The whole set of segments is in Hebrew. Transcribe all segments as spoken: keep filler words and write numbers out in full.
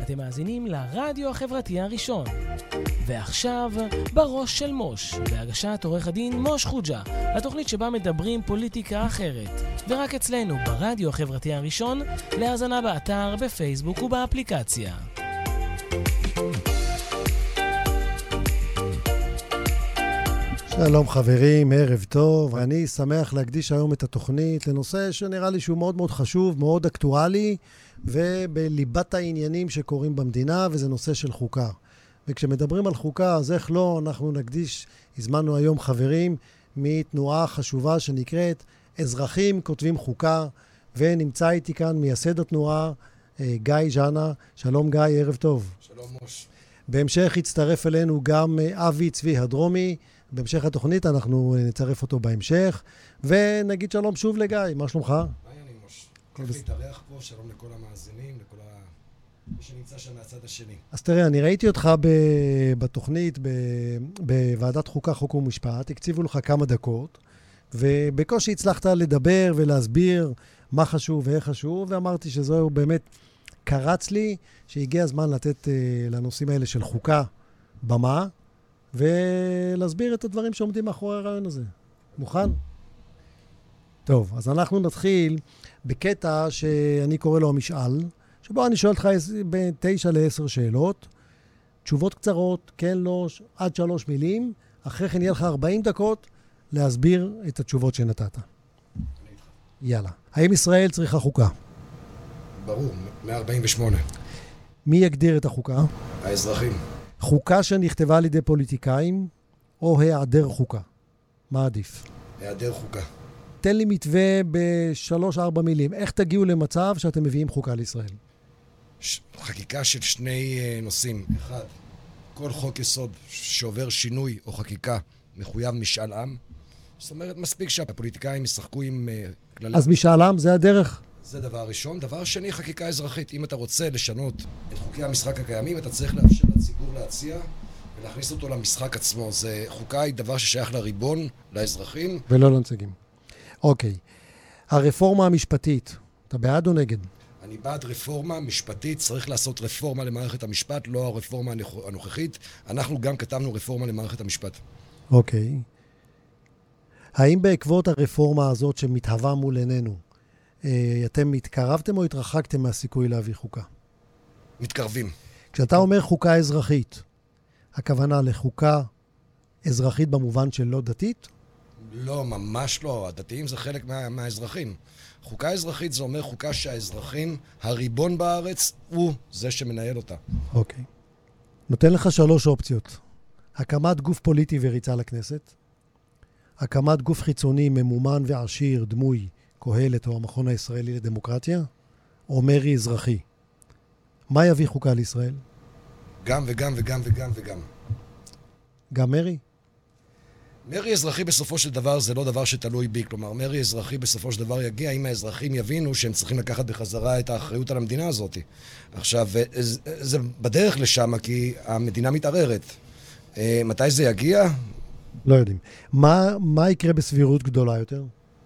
אתם מאזינים לרדיו החברתי הראשון. ועכשיו, בראש של מוש, בהגשת עורך הדין מוש חוג'ה, התוכנית שבה מדברים פוליטיקה אחרת. ורק אצלנו, ברדיו החברתי הראשון, להאזנה באתר, בפייסבוק ובאפליקציה. שלום חברים, ערב טוב. אני שמח להקדיש היום את התוכנית לנושא שנראה לי שהוא מאוד מאוד חשוב, מאוד אקטואלי, ובליבת העניינים שקורים במדינה, וזה נושא של חוקה. וכשמדברים על חוקה, אז איך לא, אנחנו נקדיש, הזמנו היום חברים מתנועה חשובה שנקראת אזרחים כותבים חוקה, ונמצא איתי כאן מייסד התנועה, גיא ז'אנה. שלום גיא, ערב טוב. שלום מוש. בהמשך יצטרף אלינו גם אבי צבי הדרומי. בהמשך התוכנית אנחנו נצרף אותו בהמשך, ונגיד שלום שוב לגיא, מה שלומך? מה העניינים מוש? כיף להתארח פה, שלום לכל המאזינים, לכל ה... מי שנמצא שם מהצד השני. אז תראה, אני ראיתי אותך בתוכנית, בוועדת חוקה, חוק ומשפט, הקציבו לך כמה דקות, ובקושי הצלחת לדבר ולהסביר מה חשוב ואיך חשוב, ואמרתי שזהו באמת קרץ לי, שהגיע הזמן לתת לנושאים האלה של חוקה במה, ולהסביר את הדברים שעומדים מאחורי הרעיון הזה. מוכן? טוב, אז אנחנו נתחיל בקטע שאני קורא לו המשאל, שבו אני שואל אותך בין תשע לעשר שאלות, תשובות קצרות, כן, לא, עד שלוש מילים, אחרי כן יהיה לך ארבעים דקות להסביר את התשובות שנתת. יאללה. האם ישראל צריכה חוקה? ברור, מאה ארבעים ושמונה. מי יגדיר את החוקה? האזרחים. חוקה שנכתבה על ידי פוליטיקאים, או היעדר חוקה? מה עדיף? היעדר חוקה. תן לי מתווה בשלוש ארבע מילים. איך תגיעו למצב שאתם מביאים חוקה לישראל? ש... חקיקה של שני uh, נושאים. אחד, כל חוק יסוד שעובר שינוי או חקיקה מחויב משאל עם. זאת אומרת, מספיק שהפוליטיקאים ישחקו עם uh, כללים. אז משאל עם זה הדרך? זה דבר ראשון. דבר שני, חקיקה אזרחית. אם אתה רוצה לשנות את חוקי המשחק הקיימים, אתה צריך לאפשר לציבור להציע ולהכניס אותו למשחק עצמו. זה חוקה היא דבר ששייך לריבון, לאזרחים. ולא לנציגים. אוקיי. הרפורמה המשפטית, אתה בעד או נגד? אני בעד רפורמה משפטית. צריך לעשות רפורמה למערכת המשפט, לא הרפורמה הנוכחית. אנחנו גם כתבנו רפורמה למערכת המשפט. אוקיי. האם בעקבות הרפורמה הזאת שמתהווה מול עינינו, אתם מתקרבתם או התרחקתם מהסיכוי להביא חוקה? מתקרבים. כשאתה אומר חוקה אזרחית, הכוונה לחוקה אזרחית במובן של לא דתית? לא, ממש לא. הדתיים זה חלק מה, מהאזרחים. חוקה אזרחית זה אומר חוקה שהאזרחים, הריבון בארץ, הוא זה שמנהל אותה. אוקיי. נותן לך שלוש אופציות. הקמת גוף פוליטי וריצה לכנסת, הקמת גוף חיצוני ממומן ועשיר, דמוי, קהלת או המכון הישראלי לדמוקרטיה, או מרי אזרחי. מה יביא חוקה לישראל? גם וגם וגם וגם וגם. גם מרי? מרי אזרחי בסופו של דבר זה לא דבר שתלוי בי. כלומר, מרי אזרחי בסופו של דבר יגיע אם האזרחים יבינו שהם צריכים לקחת בחזרה את האחריות על המדינה הזאת. עכשיו, זה בדרך לשם כי המדינה מתערערת. מתי זה יגיע? לא יודעים. מה, מה יקרה בסבירות גדולה יותר?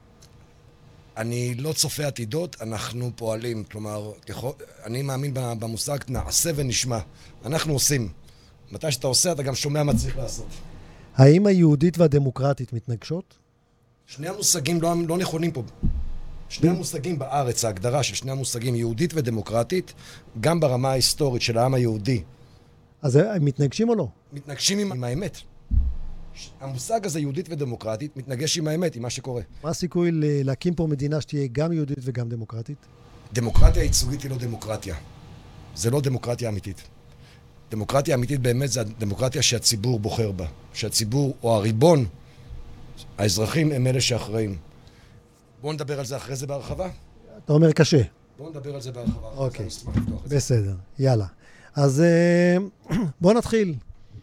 אני לא צופה עתידות, אנחנו פועלים. כלומר, אני מאמין במושג נעשה ונשמע. אנחנו עושים. מתי שאתה עושה, אתה גם שומע מה צריך לעשות. האם היהודית והדמוקרטית מתנגשות? שני המושגים לא, לא נכונים פה. שני המושגים בארץ, ההגדרה של שני המושגים, יהודית ודמוקרטית, גם ברמה ההיסטורית של העם היהודי. אז הם מתנגשים או לא? מתנגשים עם, עם האמת. המושג הזה, יהודית ודמוקרטית, מתנגש עם האמת, עם מה שקורה. מה הסיכוי להקים פה מדינה שתהיה גם יהודית וגם דמוקרטית? דמוקרטיה ייצוגית היא לא דמוקרטיה. זה לא דמוקרטיה אמיתית. דמוקרטיה אמיתית באמת זה הדמוקרטיה שהציבור בוחר בה. שהציבור או הריבון, האזרחים הם אלה שאחראים. בואו נדבר על זה אחרי זה בהרחבה. אתה אומר קשה. בואו נדבר על זה בהרחבה. אוקיי, בסדר, יאללה. אז בואו נתחיל.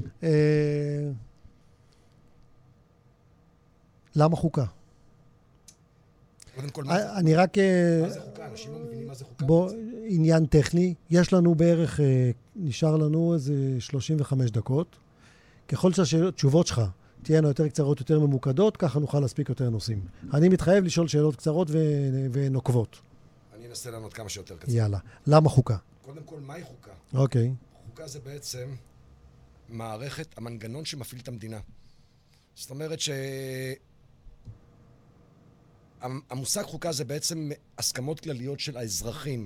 למה חוקה? קודם כל, מה זה? אני רק... מה זה חוקה? אנשים לא מבינים מה זה חוקה. בוא, עניין טכני. יש לנו בערך, נשאר לנו איזה שלושים וחמש דקות. ככל שהתשובות שלך תהיינה יותר קצרות, יותר ממוקדות, ככה נוכל להספיק יותר נושאים. אני מתחייב לשאול שאלות קצרות ונוקבות. אני אנסה לענות כמה שיותר קצר. יאללה. למה חוקה? קודם כל, מהי חוקה? אוקיי. חוקה זה בעצם מערכת, המנגנון שמפעיל את המדינה. זאת אומרת ש... המושג חוקה זה בעצם הסכמות כלליות של האזרחים.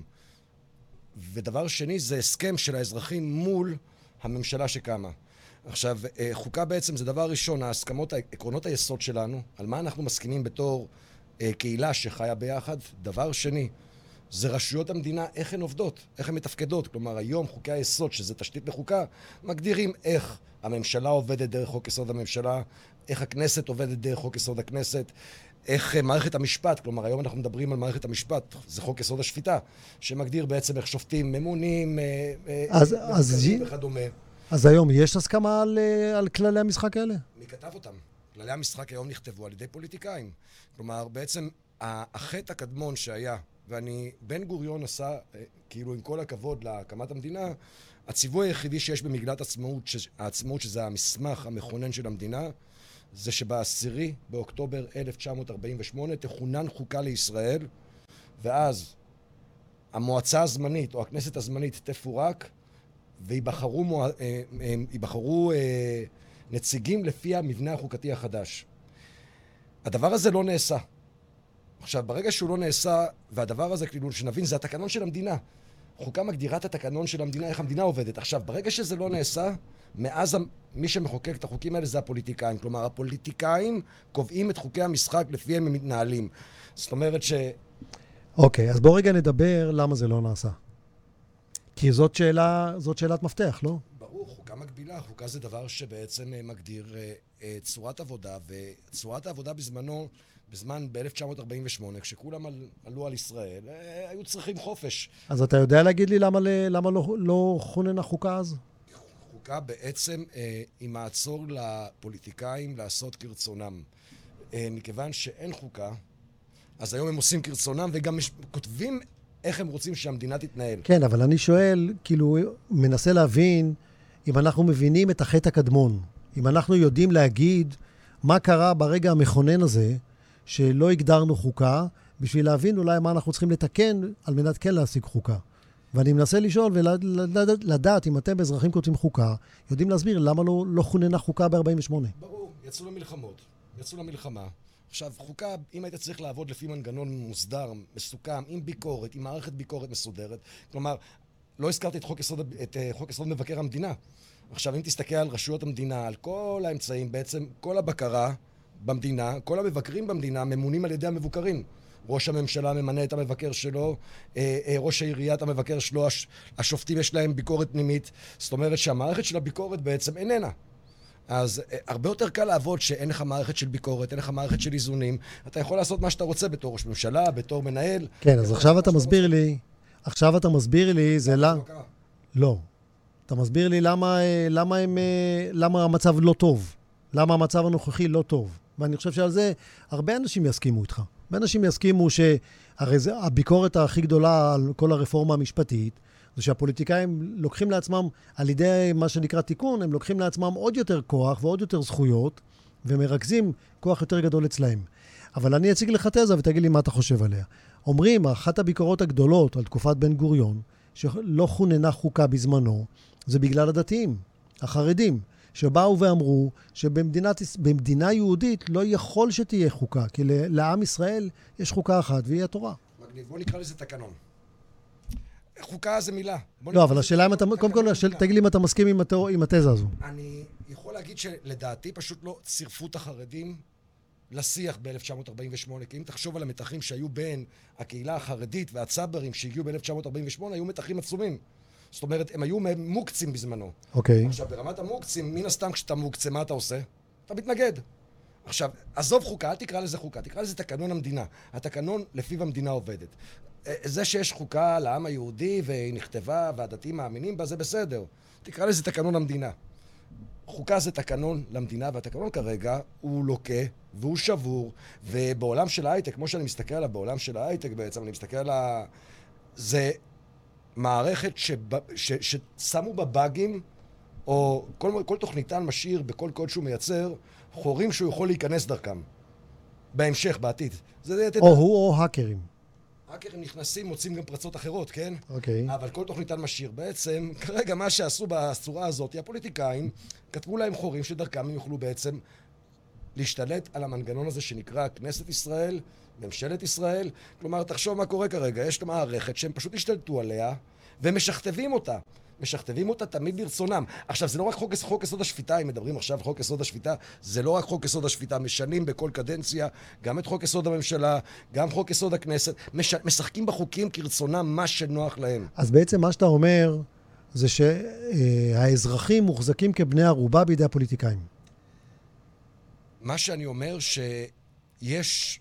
ודבר שני זה הסכם של האזרחים מול הממשלה שקמה. עכשיו, חוקה בעצם זה דבר ראשון, ההסכמות, עקרונות היסוד שלנו, על מה אנחנו מסכימים בתור קהילה שחיה ביחד. דבר שני, זה רשויות המדינה, איך הן עובדות, איך הן מתפקדות. כלומר, היום חוקי היסוד, שזה תשתית בחוקה, מגדירים איך הממשלה עובדת דרך חוק יסוד הממשלה, איך הכנסת עובדת דרך חוק יסוד הכנסת, איך מערכת המשפט, כלומר, היום אנחנו מדברים על מערכת המשפט, זה חוק יסוד השפיטה, שמגדיר בעצם איך שופטים ממונים, אז, אז, וכדומה. אז היום יש הסכמה על, על כללי המשחק האלה? מי כתב אותם? כללי המשחק היום נכתבו על ידי פוליטיקאים. כלומר, בעצם החטא הקדמון שהיה, ואני, בן גוריון עשה, כאילו עם כל הכבוד להקמת המדינה, הציווי היחידי שיש במגילת עצמאות, העצמאות שזה המסמך המכונן של המדינה, זה שבעשירי באוקטובר אלף תשע מאות ארבעים ושמונה תכונן חוקה לישראל, ואז המועצה הזמנית או הכנסת הזמנית תפורק, ויבחרו ייבחרו נציגים לפי המבנה החוקתי החדש. הדבר הזה לא נעשה. עכשיו, ברגע שהוא לא נעשה, והדבר הזה, כאילו, שנבין, זה התקנון של המדינה. חוקה מגדירה את התקנון של המדינה, איך המדינה עובדת. עכשיו, ברגע שזה לא נעשה, מאז מי שמחוקק את החוקים האלה זה הפוליטיקאים. כלומר, הפוליטיקאים קובעים את חוקי המשחק לפי הם מתנהלים. זאת אומרת ש... אוקיי, אז בוא רגע נדבר למה זה לא נעשה. כי זאת שאלה, זאת שאלת מפתח, לא? ברור, חוקה מקבילה. חוקה זה דבר שבעצם מגדיר uh, uh, צורת עבודה, וצורת העבודה בזמנו, בזמן ב-אלף תשע מאות ארבעים ושמונה, כשכולם על, עלו על ישראל, uh, היו צריכים חופש. אז אתה יודע להגיד לי למה, למה לא, לא חוננה חוקה אז? חוקה בעצם אה, היא מעצור לפוליטיקאים לעשות כרצונם. אה, מכיוון שאין חוקה, אז היום הם עושים כרצונם וגם מש... כותבים איך הם רוצים שהמדינה תתנהל. כן, אבל אני שואל, כאילו, מנסה להבין אם אנחנו מבינים את החטא הקדמון. אם אנחנו יודעים להגיד מה קרה ברגע המכונן הזה, שלא הגדרנו חוקה, בשביל להבין אולי מה אנחנו צריכים לתקן על מנת כן להשיג חוקה. ואני מנסה לשאול ולדעת אם אתם באזרחים כותבים חוקה, יודעים להסביר למה לא, לא חוננה חוקה ב-ארבעים ושמונה. ברור, יצאו למלחמות, יצאו למלחמה. עכשיו, חוקה, אם היית צריך לעבוד לפי מנגנון מוסדר, מסוכם, עם ביקורת, עם מערכת ביקורת מסודרת, כלומר, לא הזכרתי את חוק יסוד, את חוק יסוד מבקר המדינה. עכשיו, אם תסתכל על רשויות המדינה, על כל האמצעים, בעצם כל הבקרה במדינה, כל המבקרים במדינה ממונים על ידי המבוקרים. ראש הממשלה ממנה את המבקר שלו, ראש העיריית המבקר שלו, השופטים יש להם ביקורת פנימית. זאת אומרת שהמערכת של הביקורת בעצם איננה. אז הרבה יותר קל לעבוד שאין לך מערכת של ביקורת, אין לך מערכת של איזונים. אתה יכול לעשות מה שאתה רוצה בתור ראש ממשלה, בתור מנהל. כן, אז עכשיו אתה מסביר לי, עכשיו אתה מסביר לי, זה לא... לא. אתה מסביר לי למה, למה, הם, למה המצב לא טוב. למה המצב הנוכחי לא טוב. ואני חושב שעל זה הרבה אנשים יסכימו איתך. הרבה אנשים יסכימו שהרי זה הביקורת הכי גדולה על כל הרפורמה המשפטית, זה שהפוליטיקאים לוקחים לעצמם, על ידי מה שנקרא תיקון, הם לוקחים לעצמם עוד יותר כוח ועוד יותר זכויות, ומרכזים כוח יותר גדול אצלהם. אבל אני אציג לך תזה ותגיד לי מה אתה חושב עליה. אומרים, אחת הביקורות הגדולות על תקופת בן גוריון, שלא חוננה חוקה בזמנו, זה בגלל הדתיים, החרדים, שבאו ואמרו שבמדינה יהודית לא יכול שתהיה חוקה, כי לעם ישראל יש חוקה אחת והיא התורה. מגניב, בוא נקרא לזה תקנון. חוקה זה מילה. לא, אבל השאלה אם אתה, קודם כל, תגיד לי אם אתה מסכים עם התזה הזו. אני יכול להגיד שלדעתי פשוט לא צירפו את החרדים לשיח ב-אלף תשע מאות ארבעים ושמונה, כי אם תחשוב על המתחים שהיו בין הקהילה החרדית והצברים שהגיעו ב-אלף תשע מאות ארבעים ושמונה, היו מתחים עצומים. זאת אומרת, הם היו מוקצים בזמנו. אוקיי. עכשיו, ברמת המוקצים, מן הסתם כשאתה מוקצה, מה אתה עושה? אתה מתנגד. עכשיו, עזוב חוקה, אל תקרא לזה חוקה, תקרא לזה תקנון המדינה. התקנון לפיו המדינה עובדת. זה שיש חוקה לעם היהודי והיא נכתבה והדתיים מאמינים בה, זה בסדר. תקרא לזה תקנון המדינה. חוקה זה תקנון למדינה, והתקנון כרגע הוא לוקה והוא שבור, ובעולם של ההייטק, כמו שאני מסתכל עליו, בעולם של ההייטק בעצם, אני מסתכל על ה... זה מערכת שבא, ש, ששמו בה באגים, או כל, כל תוכניתן משאיר בכל קוד שהוא מייצר, חורים שהוא יכול להיכנס דרכם. בהמשך, בעתיד. זה, או הוא או האקרים. האקרים נכנסים, מוצאים גם פרצות אחרות, כן? אוקיי. אבל כל תוכניתן משאיר. בעצם, כרגע מה שעשו בצורה הזאת, הפוליטיקאים כתבו להם חורים שדרכם הם יוכלו בעצם להשתלט על המנגנון הזה שנקרא כנסת ישראל, ממשלת ישראל. כלומר, תחשוב מה קורה כרגע. יש מערכת שהם פשוט השתלטו עליה ומשכתבים אותה. משכתבים אותה תמיד ברצונם. עכשיו, זה לא רק חוק, חוק יסוד השפיטה, אם מדברים עכשיו חוק יסוד השפיטה, זה לא רק חוק יסוד השפיטה, משנים בכל קדנציה, גם את חוק יסוד הממשלה, גם חוק יסוד הכנסת, מש, משחקים בחוקים כרצונם מה שנוח להם. אז בעצם מה שאתה אומר, זה שהאזרחים מוחזקים כבני ערובה בידי הפוליטיקאים. מה שאני אומר שיש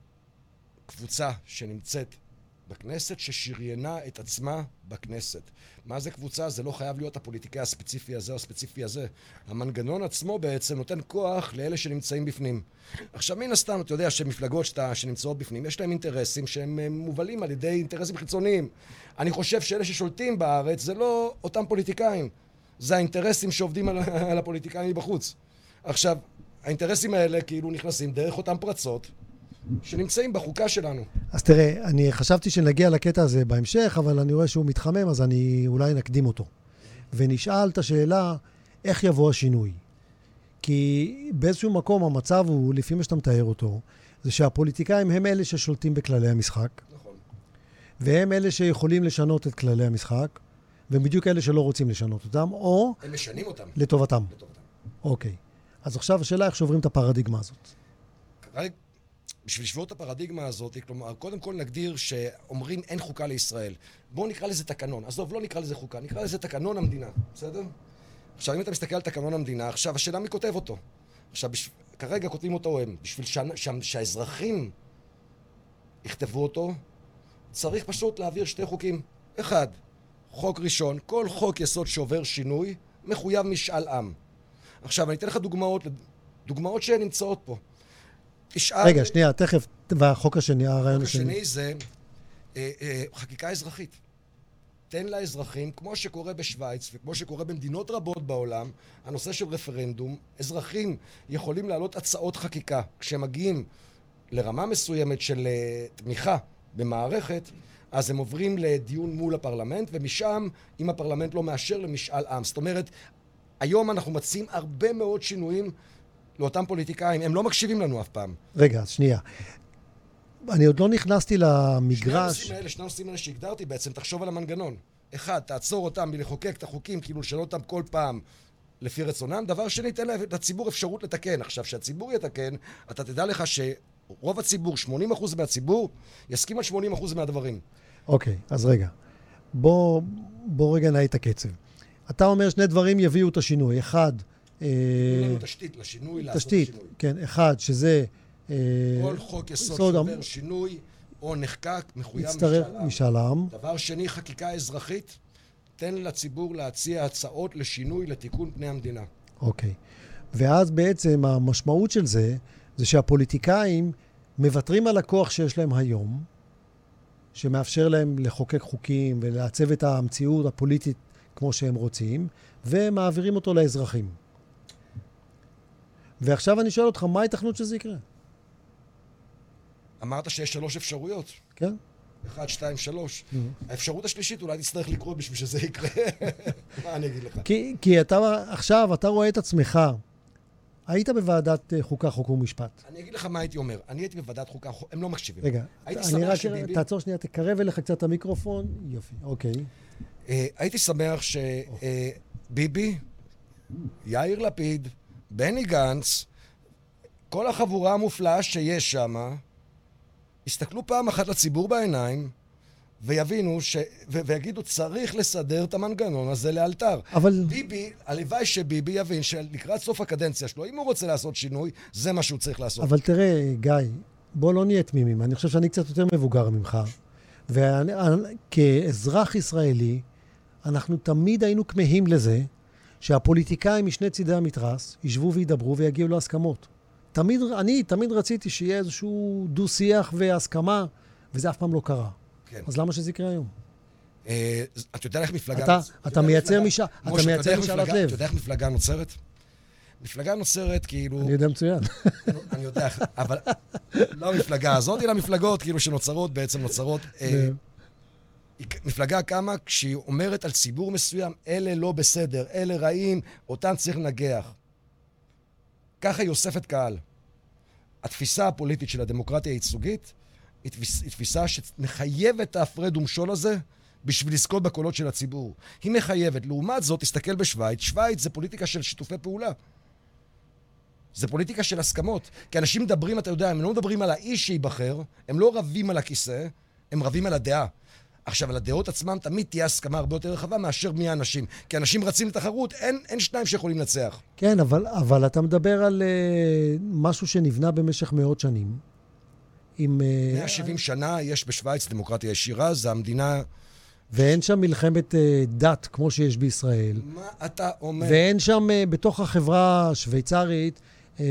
קבוצה שנמצאת בכנסת ששריינה את עצמה בכנסת. מה זה קבוצה? זה לא חייב להיות הפוליטיקאי הספציפי הזה או הספציפי הזה. המנגנון עצמו בעצם נותן כוח לאלה שנמצאים בפנים. עכשיו, מן הסתם, אתה יודע שמפלגות שאתה, שנמצאות בפנים, יש להם אינטרסים שהם מובלים על ידי אינטרסים חיצוניים. אני חושב שאלה ששולטים בארץ זה לא אותם פוליטיקאים. זה האינטרסים שעובדים על, על הפוליטיקאים מבחוץ. עכשיו, האינטרסים האלה כאילו נכנסים דרך אותם פרצות, שנמצאים בחוקה שלנו. אז תראה, אני חשבתי שנגיע לקטע הזה בהמשך, אבל אני רואה שהוא מתחמם, אז אני אולי נקדים אותו. ונשאל את השאלה, איך יבוא השינוי? כי באיזשהו מקום המצב הוא, לפי מה שאתה מתאר אותו, זה שהפוליטיקאים הם אלה ששולטים בכללי המשחק. נכון. והם אלה שיכולים לשנות את כללי המשחק, והם בדיוק אלה שלא רוצים לשנות אותם, או... הם משנים אותם. לטובתם. לטובתם. אוקיי. אז עכשיו השאלה איך שוברים את הפרדיגמה הזאת. רק בשביל לשבור את הפרדיגמה הזאת, כלומר, קודם כל נגדיר שאומרים אין חוקה לישראל. בואו נקרא לזה תקנון. עזוב, לא נקרא לזה חוקה, נקרא לזה תקנון המדינה. בסדר? עכשיו, אם אתה מסתכל על תקנון המדינה, עכשיו השאלה מי כותב אותו. עכשיו, בש... כרגע כותבים אותו הם. בשביל שה... שה... שהאזרחים יכתבו אותו, צריך פשוט להעביר שתי חוקים. אחד, חוק ראשון, כל חוק יסוד שעובר שינוי, מחויב משאל עם. עכשיו, אני אתן לך דוגמאות, דוגמאות שהן נמצאות פה. תשאל... רגע, שנייה, תכף, והחוק השני, הרעיון השני. החוק השני זה אה, אה, חקיקה אזרחית. תן לאזרחים, כמו שקורה בשוויץ וכמו שקורה במדינות רבות בעולם, הנושא של רפרנדום, אזרחים יכולים להעלות הצעות חקיקה. כשהם מגיעים לרמה מסוימת של uh, תמיכה במערכת, אז הם עוברים לדיון מול הפרלמנט, ומשם, אם הפרלמנט לא מאשר, למשאל עם. זאת אומרת, היום אנחנו מציעים הרבה מאוד שינויים לאותם פוליטיקאים. הם לא מקשיבים לנו אף פעם. רגע, שנייה. אני עוד לא נכנסתי למגרש... שני הנושאים האלה, שני הנושאים האלה שהגדרתי בעצם, תחשוב על המנגנון. אחד, תעצור אותם מלחוקק את החוקים, כאילו לשנות אותם כל פעם לפי רצונם. דבר שני, תן לציבור אפשרות לתקן. עכשיו, שהציבור יתקן, אתה תדע לך שרוב הציבור, שמונים אחוז מהציבור, יסכים על שמונים אחוז מהדברים. אוקיי, אז רגע. בוא, בוא רגע נעי את הקצב. אתה אומר שני דברים יביאו את השינוי. אחד... תנו לנו תשתית לשינוי, לעשות תשתית, שינוי. כן. אחד, שזה... כל חוק יסוד שעובר שינוי או נחקק מחויב משאל עם. דבר שני, חקיקה אזרחית, תן לציבור להציע הצעות לשינוי, לתיקון פני המדינה. אוקיי. ואז בעצם המשמעות של זה, זה שהפוליטיקאים מוותרים על הכוח שיש להם היום, שמאפשר להם לחוקק חוקים ולעצב את המציאות הפוליטית כמו שהם רוצים, ומעבירים אותו לאזרחים. ועכשיו אני שואל אותך, מה ההתכנות שזה יקרה? אמרת שיש שלוש אפשרויות. כן. אחד, שתיים, שלוש. האפשרות השלישית אולי תצטרך לקרות בשביל שזה יקרה. מה אני אגיד לך? כי, כי אתה, עכשיו אתה רואה את עצמך. היית בוועדת חוקה, חוק ומשפט. אני אגיד לך מה הייתי אומר. אני הייתי בוועדת חוקה, הם לא מקשיבים. רגע, אני רק, תעצור שנייה, תקרב אליך קצת את המיקרופון. יופי, אוקיי. הייתי שמח שביבי, יאיר לפיד, בני גנץ, כל החבורה המופלאה שיש שם, יסתכלו פעם אחת לציבור בעיניים, ויבינו ש... ו... ויגידו, צריך לסדר את המנגנון הזה לאלתר. אבל... ביבי, הלוואי שביבי יבין שלקראת סוף הקדנציה שלו, אם הוא רוצה לעשות שינוי, זה מה שהוא צריך לעשות. אבל תראה, גיא, בוא לא נהיה תמימים. אני חושב שאני קצת יותר מבוגר ממך. וכאזרח ישראלי, אנחנו תמיד היינו כמהים לזה, שהפוליטיקאים משני צידי המתרס ישבו וידברו ויגיעו להסכמות. תמיד, אני תמיד רציתי שיהיה איזשהו דו-שיח והסכמה, וזה אף פעם לא קרה. כן. אז למה שזה יקרה היום? אה, אתה יודע איך מפלגה... אתה, אתה מייצר משאלת לב. אתה יודע איך מפלגה נוצרת? מפלגה נוצרת כאילו... אני יודע מצוין. אני יודע, אבל לא המפלגה הזאת, אלא מפלגות כאילו שנוצרות, בעצם נוצרות. מפלגה קמה כשהיא אומרת על ציבור מסוים, אלה לא בסדר, אלה רעים, אותם צריך לנגח. ככה היא אוספת קהל. התפיסה הפוליטית של הדמוקרטיה הייצוגית היא תפיסה שמחייבת את ההפרד ומשול הזה בשביל לזכות בקולות של הציבור. היא מחייבת. לעומת זאת, תסתכל בשוויץ. שוויץ זה פוליטיקה של שיתופי פעולה. זה פוליטיקה של הסכמות. כי אנשים מדברים, אתה יודע, הם לא מדברים על האיש שיבחר, הם לא רבים על הכיסא, הם רבים על הדעה. עכשיו, על הדעות עצמם תמיד תהיה הסכמה הרבה יותר רחבה מאשר מי האנשים. כי אנשים רצים לתחרות, אין, אין שניים שיכולים לנצח. כן, אבל, אבל אתה מדבר על uh, משהו שנבנה במשך מאות שנים. עם... Uh, מאה ושבעים שנה יש בשוויץ דמוקרטיה ישירה, זה המדינה... ואין שם מלחמת uh, דת כמו שיש בישראל. מה אתה אומר? ואין שם uh, בתוך החברה השוויצרית uh,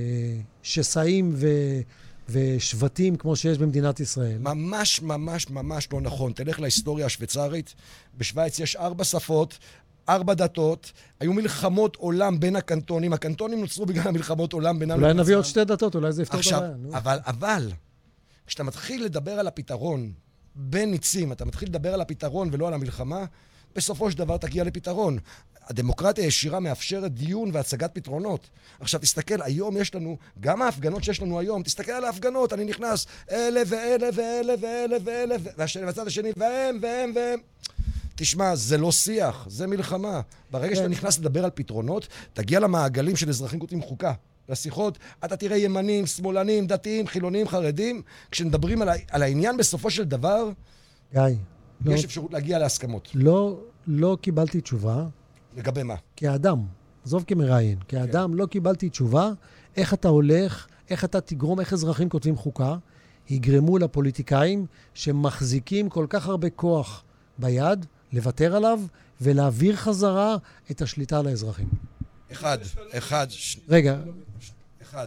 שסעים ו... ושבטים כמו שיש במדינת ישראל. ממש, ממש, ממש לא נכון. תלך להיסטוריה השוויצרית. בשוויץ יש ארבע שפות, ארבע דתות. היו מלחמות עולם בין הקנטונים. הקנטונים נוצרו בגלל המלחמות עולם בינם. אולי נביא עוד שתי דתות, אולי זה יפתור את הבעיה. אבל, אבל, כשאתה מתחיל לדבר על הפתרון בין ניצים, אתה מתחיל לדבר על הפתרון ולא על המלחמה, בסופו של דבר תגיע לפתרון. הדמוקרטיה הישירה מאפשרת דיון והצגת פתרונות. עכשיו תסתכל, היום יש לנו, גם ההפגנות שיש לנו היום, תסתכל על ההפגנות, אני נכנס, אלה ואלה ואלה ואלה ואלה, והצד השני, והם והם והם. תשמע, זה לא שיח, זה מלחמה. ברגע שאתה נכנס לדבר על פתרונות, תגיע למעגלים של אזרחים כותבים חוקה. לשיחות, אתה תראה ימנים, שמאלנים, דתיים, חילונים, חרדים, כשנדברים על, על העניין בסופו של דבר, גיא, יש לא, אפשרות להגיע להסכמות. לא, לא קיבלתי תשובה. לגבי מה? כאדם, עזוב כמראיין, כאדם לא קיבלתי תשובה, איך אתה הולך, איך אתה תגרום, איך אזרחים כותבים חוקה, יגרמו לפוליטיקאים שמחזיקים כל כך הרבה כוח ביד, לוותר עליו ולהעביר חזרה את השליטה על האזרחים. אחד, אחד. רגע. אחד.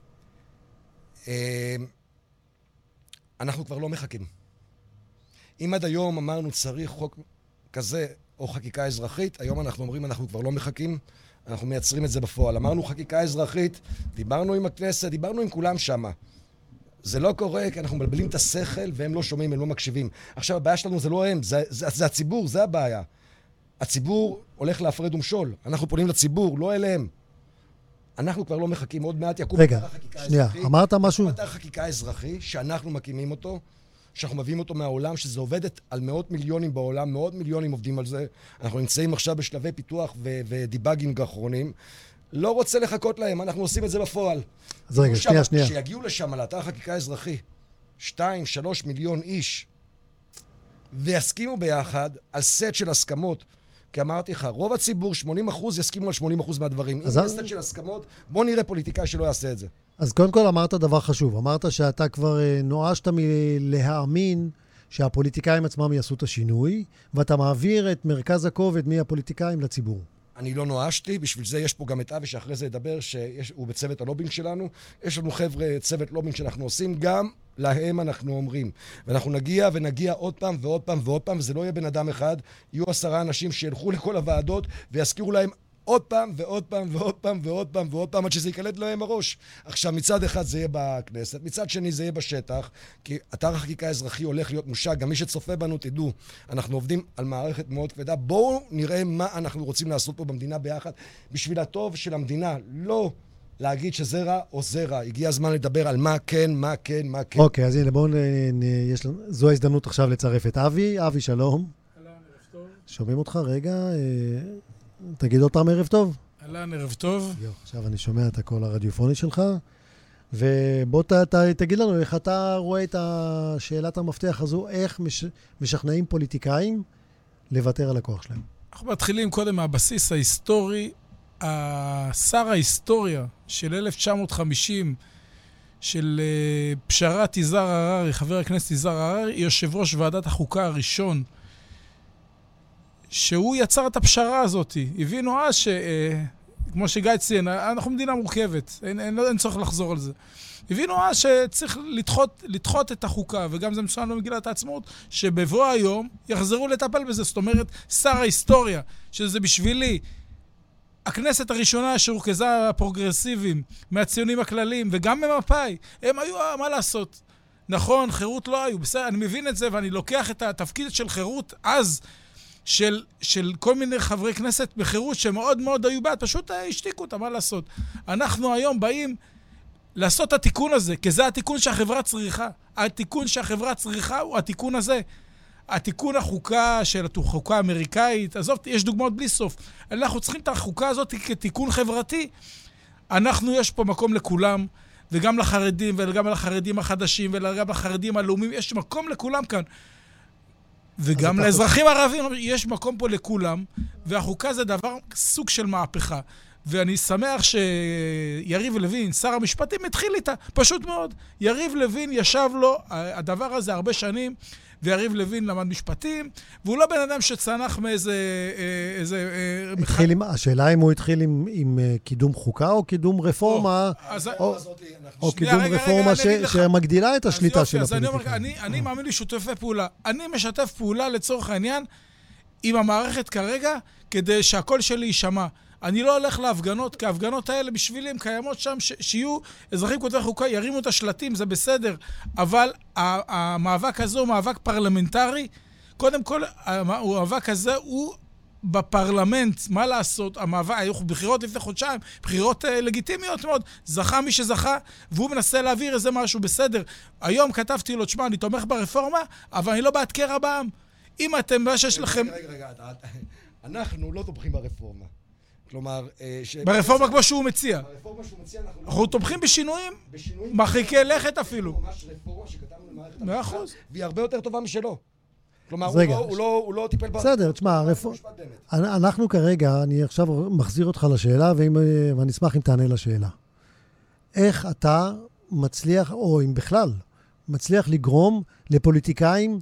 אנחנו כבר לא מחכים. אם עד היום אמרנו צריך חוק כזה או חקיקה אזרחית, היום אנחנו אומרים אנחנו כבר לא מחכים, אנחנו מייצרים את זה בפועל. אמרנו חקיקה אזרחית, דיברנו עם הכנסת, דיברנו עם כולם שמה. זה לא קורה כי אנחנו מבלבלים את השכל והם לא שומעים, הם לא מקשיבים. עכשיו הבעיה שלנו זה לא הם, זה, זה, זה הציבור, זה הבעיה. הציבור הולך להפרד ומשול. אנחנו פונים לציבור, לא אליהם. אנחנו כבר לא מחכים, עוד מעט יקום רגע, שנייה, אזרחי, אמרת משהו? אתר חקיקה אזרחי, שאנחנו מקימים אותו, שאנחנו מביאים אותו מהעולם, שזה עובדת על מאות מיליונים בעולם, מאות מיליונים עובדים על זה. אנחנו נמצאים עכשיו בשלבי פיתוח ו- ודיבאגינג האחרונים. לא רוצה לחכות להם, אנחנו עושים את זה בפועל. אז רגע, שנייה, שנייה. שיגיעו לשם על אתר חקיקה אזרחי, שתיים, שלוש מיליון איש, ויסכימו ביחד על סט של הסכמות, כי אמרתי לך, רוב הציבור, שמונים אחוז, יסכימו על שמונים אחוז מהדברים. אם יש סט של הסכמות, בוא נראה פוליטיקאי שלא יעשה את זה. אז קודם כל אמרת דבר חשוב. אמרת שאתה כבר נואשת מלהאמין שהפוליטיקאים עצמם יעשו את השינוי, ואתה מעביר את מרכז הכובד מהפוליטיקאים לציבור. אני לא נואשתי, בשביל זה יש פה גם את אבי שאחרי זה ידבר, שהוא בצוות הלובינג שלנו. יש לנו חבר'ה צוות לובינג שאנחנו עושים, גם להם אנחנו אומרים. ואנחנו נגיע ונגיע עוד פעם ועוד פעם ועוד פעם, וזה לא יהיה בן אדם אחד, יהיו עשרה אנשים שילכו לכל הוועדות ויזכירו להם עוד פעם ועוד פעם ועוד פעם ועוד פעם ועוד פעם, עד שזה יקלט להם הראש. עכשיו, מצד אחד זה יהיה בכנסת, מצד שני זה יהיה בשטח, כי אתר החקיקה האזרחי הולך להיות מושק, גם מי שצופה בנו, תדעו, אנחנו עובדים על מערכת מאוד כבדה, בואו נראה מה אנחנו רוצים לעשות פה במדינה ביחד, בשביל הטוב של המדינה, לא להגיד שזה רע או זה רע. הגיע הזמן לדבר על מה כן, מה כן, מה כן. אוקיי, אז הנה, בואו, יש לנו, זו ההזדמנות עכשיו לצרף את אבי. אבי, שלום. אהלן, ערב טוב. שומעים אותך? רגע, תגיד עוד פעם ערב טוב. אהלן, ערב טוב. יו, עכשיו אני שומע את הקול הרדיופוני שלך, ובוא ת, ת, תגיד לנו איך אתה רואה את השאלת המפתח הזו, איך מש, משכנעים פוליטיקאים לוותר על הכוח שלהם. אנחנו מתחילים קודם מהבסיס ההיסטורי. שר ההיסטוריה של אלף תשע מאות וחמישים של פשרת יזהר הררי, חבר הכנסת יזהר הררי, יושב ראש ועדת החוקה הראשון, שהוא יצר את הפשרה הזאת. הבינו אז ש... כמו שגיא ציין, אנחנו מדינה מורכבת, אין, אין, אין צורך לחזור על זה. הבינו אז שצריך לדחות, לדחות את החוקה, וגם זה מצוין במגילת העצמאות, שבבוא היום יחזרו לטפל בזה. זאת אומרת, שר ההיסטוריה, שזה בשבילי הכנסת הראשונה שהורכזה הפרוגרסיביים, מהציונים הכלליים, וגם ממפאי, הם היו, מה לעשות? נכון, חירות לא היו, בסדר, אני מבין את זה, ואני לוקח את התפקיד של חירות אז, של, של כל מיני חברי כנסת בחירות שמאוד מאוד היו בעד, פשוט השתיקו אותם, מה לעשות? אנחנו היום באים לעשות את התיקון הזה, כי זה התיקון שהחברה צריכה. התיקון שהחברה צריכה הוא התיקון הזה. התיקון החוקה של החוקה האמריקאית, עזוב, יש דוגמאות בלי סוף. אנחנו צריכים את החוקה הזאת כתיקון חברתי. אנחנו, יש פה מקום לכולם, וגם לחרדים, וגם לחרדים החדשים, וגם לחרדים הלאומיים, יש מקום לכולם כאן. וגם לאזרחים הערבים, יש מקום פה לכולם, והחוקה זה דבר, סוג של מהפכה. ואני שמח שיריב לוין, שר המשפטים, התחיל איתה, פשוט מאוד. יריב לוין ישב לו, הדבר הזה הרבה שנים, ויריב לוין למד משפטים, והוא לא בן אדם שצנח מאיזה... איזה, התחיל עם, השאלה אם הוא התחיל עם, עם קידום חוקה או קידום רפורמה, או, אז, או, או, או קידום רגע, רפורמה רגע, ש, שמגדילה את השליטה של הפוליטיקה. אני, אני מאמין לי שותפי פעולה. אני משתף פעולה לצורך העניין עם המערכת כרגע, כדי שהקול שלי יישמע. אני לא הולך להפגנות, כי ההפגנות האלה בשבילי הם קיימות שם, ש- שיהיו אזרחים כותבי חוקה, ירימו את השלטים, זה בסדר, אבל המאבק הזה הוא מאבק פרלמנטרי. קודם כל, המאבק הזה הוא בפרלמנט, מה לעשות? המאבק, היו בחירות לפני חודשיים, בחירות uh, לגיטימיות מאוד, זכה מי שזכה, והוא מנסה להעביר איזה משהו בסדר. היום כתבתי לו, תשמע, אני תומך ברפורמה, אבל אני לא בעד קרע בעם. אם אתם, מה שיש לכם... רגע, רגע, רגע, אנחנו לא תומכים ברפורמה. כלומר... ברפורמה כמו שהוא מציע. ברפורמה שהוא מציע אנחנו... אנחנו תומכים בשינויים, מרחיקי לכת אפילו. ממש רפורמה שכתבנו למערכת מאה אחוז. והיא הרבה יותר טובה משלו. כלומר, הוא לא טיפל... בסדר, תשמע, אנחנו כרגע, אני עכשיו מחזיר אותך לשאלה, ואני אשמח אם תענה לשאלה. איך אתה מצליח, או אם בכלל, מצליח לגרום לפוליטיקאים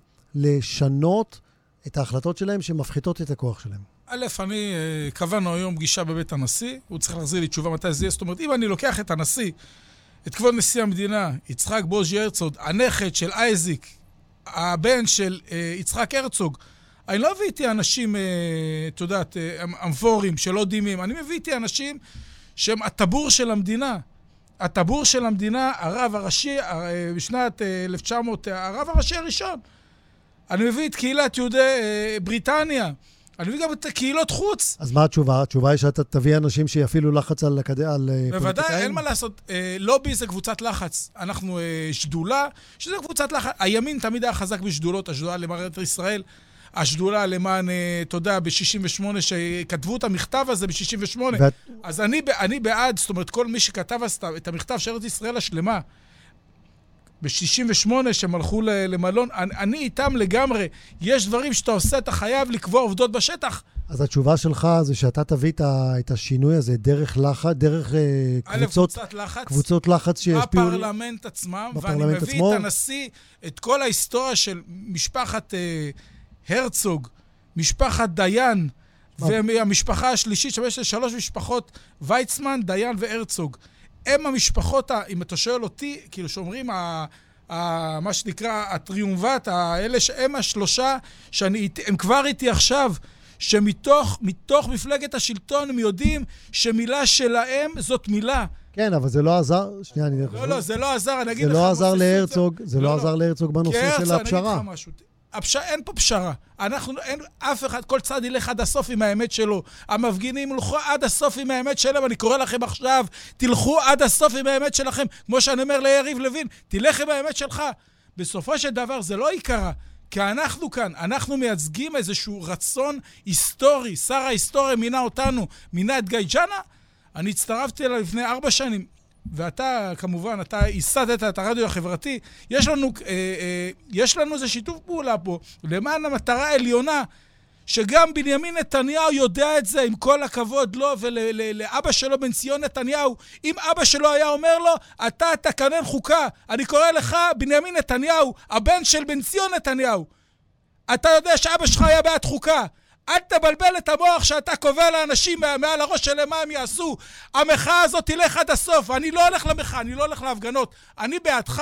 לשנות את ההחלטות שלהם שמפחיתות את הכוח שלהם? א', אני, קבענו היום פגישה בבית הנשיא, הוא צריך להחזיר לי תשובה מתי זה יהיה, זאת אומרת, אם אני לוקח את הנשיא, את כבוד נשיא המדינה, יצחק בוז'י הרצוג, הנכד של אייזיק, הבן של יצחק הרצוג, אני לא הביא איתי אנשים, את יודעת, אמפורים, שלא דימים, אני מביא איתי אנשים שהם הטבור של המדינה. הטבור של המדינה, הרב הראשי, בשנת אלף תשע מאות, הרב הראשי הראשון. אני מביא את קהילת יהודי בריטניה, אני מביא גם את קהילות חוץ. אז מה התשובה? התשובה היא שאתה תביא אנשים שיפעילו לחץ על פוליטיקאים? בוודאי, אין מה לעשות. לובי זה קבוצת לחץ. אנחנו שדולה, שזה קבוצת לחץ. הימין תמיד היה חזק בשדולות, השדולה למערכת ישראל, השדולה למען, אתה יודע, ב-שישים ושמונה, שכתבו את המכתב הזה ב-שישים ושמונה. אז אני בעד, זאת אומרת, כל מי שכתב את המכתב של ארץ ישראל השלמה, ב-שישים ושמונה שהם הלכו למלון, אני איתם לגמרי. יש דברים שאתה עושה, אתה חייב לקבוע עובדות בשטח. אז התשובה שלך זה שאתה תביא את השינוי הזה דרך לחץ, דרך קבוצות, קבוצות לחץ שישפיעו... בפרלמנט עצמם, ואני מביא את הנשיא, את כל ההיסטוריה של משפחת הרצוג, משפחת דיין, והמשפחה השלישית, שיש שלוש משפחות, ויצמן, דיין והרצוג. הם המשפחות, אם אתה שואל אותי, כאילו שאומרים, ה, ה, מה שנקרא, הטריומבט, האלה שהם השלושה, שהם כבר איתי עכשיו, שמתוך מתוך מפלגת השלטון הם יודעים שמילה שלהם זאת מילה. כן, אבל זה לא עזר, שנייה, אני... לא, לא, זה לא עזר, אני אגיד לך... זה לא עזר להרצוג, זה לא עזר להרצוג בנושא של הפשרה. הפשרה, אין פה פשרה. אנחנו, אין אף אחד, כל צד ילך עד הסוף עם האמת שלו. המפגינים ילכו עד הסוף עם האמת שלהם, ואני קורא לכם עכשיו, תלכו עד הסוף עם האמת שלכם. כמו שאני אומר ליריב לוין, תלך עם האמת שלך. בסופו של דבר זה לא יקרה, כי אנחנו כאן, אנחנו מייצגים איזשהו רצון היסטורי. שר ההיסטוריה מינה אותנו, מינה את גיא ג'אנה. אני הצטרפתי אליו לפני ארבע שנים. ואתה, כמובן, אתה ייסדת את הרדיו החברתי, יש לנו, אה, אה, יש לנו איזה שיתוף פעולה פה, למען המטרה העליונה, שגם בנימין נתניהו יודע את זה, עם כל הכבוד לו ולאבא שלו בן ציון נתניהו, אם אבא שלו היה אומר לו, אתה תקנן חוקה, אני קורא לך בנימין נתניהו, הבן של בן ציון נתניהו, אתה יודע שאבא שלך היה בעד חוקה, אל תבלבל את המוח שאתה קובע לאנשים מעל הראש שלהם מה הם יעשו. המחאה הזאת תלך עד הסוף. אני לא הולך למחאה, אני לא הולך להפגנות. אני בעדך.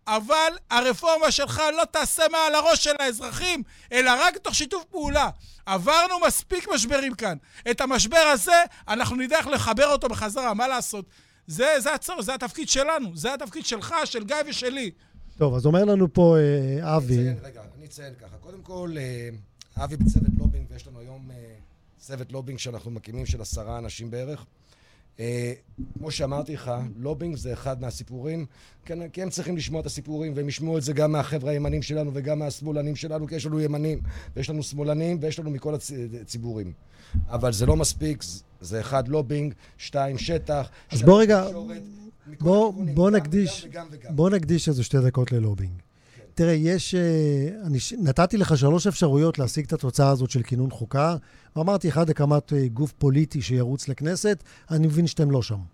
אבל הרפורמה שלך לא תעשה מעל הראש של האזרחים, אלא רק תוך שיתוף פעולה. עברנו מספיק משברים כאן. את המשבר הזה, אנחנו נדע איך לחבר אותו בחזרה. מה לעשות? זה, זה הצור, זה התפקיד שלנו. זה התפקיד שלך, של גיא ושלי. טוב, אז אומר לנו פה אה, אבי... אני אציין, רגע, אני אציין ככה. קודם כל, אה, אבי בצוות לובינג, ויש לנו היום אה, צוות לובינג שאנחנו מקימים של עשרה אנשים בערך. אה, כמו שאמרתי לך, לובינג זה אחד מהסיפורים, כן, כי הם צריכים לשמוע את הסיפורים, והם ישמעו את זה גם מהחבר'ה הימנים שלנו וגם מהשמאלנים שלנו, כי יש לנו ימנים, ויש לנו שמאלנים, ויש לנו מכל הציבורים. אבל זה לא מספיק, זה אחד לובינג, שתיים שטח, אז בוא רגע, בוא, בוא נקדיש, בוא נקדיש איזה שתי דקות ללובינג. כן. תראה, יש, אני נתתי לך שלוש אפשרויות להשיג את התוצאה הזאת של כינון חוקה, ואמרתי אחד הקמת גוף פוליטי שירוץ לכנסת, אני מבין שאתם לא שם.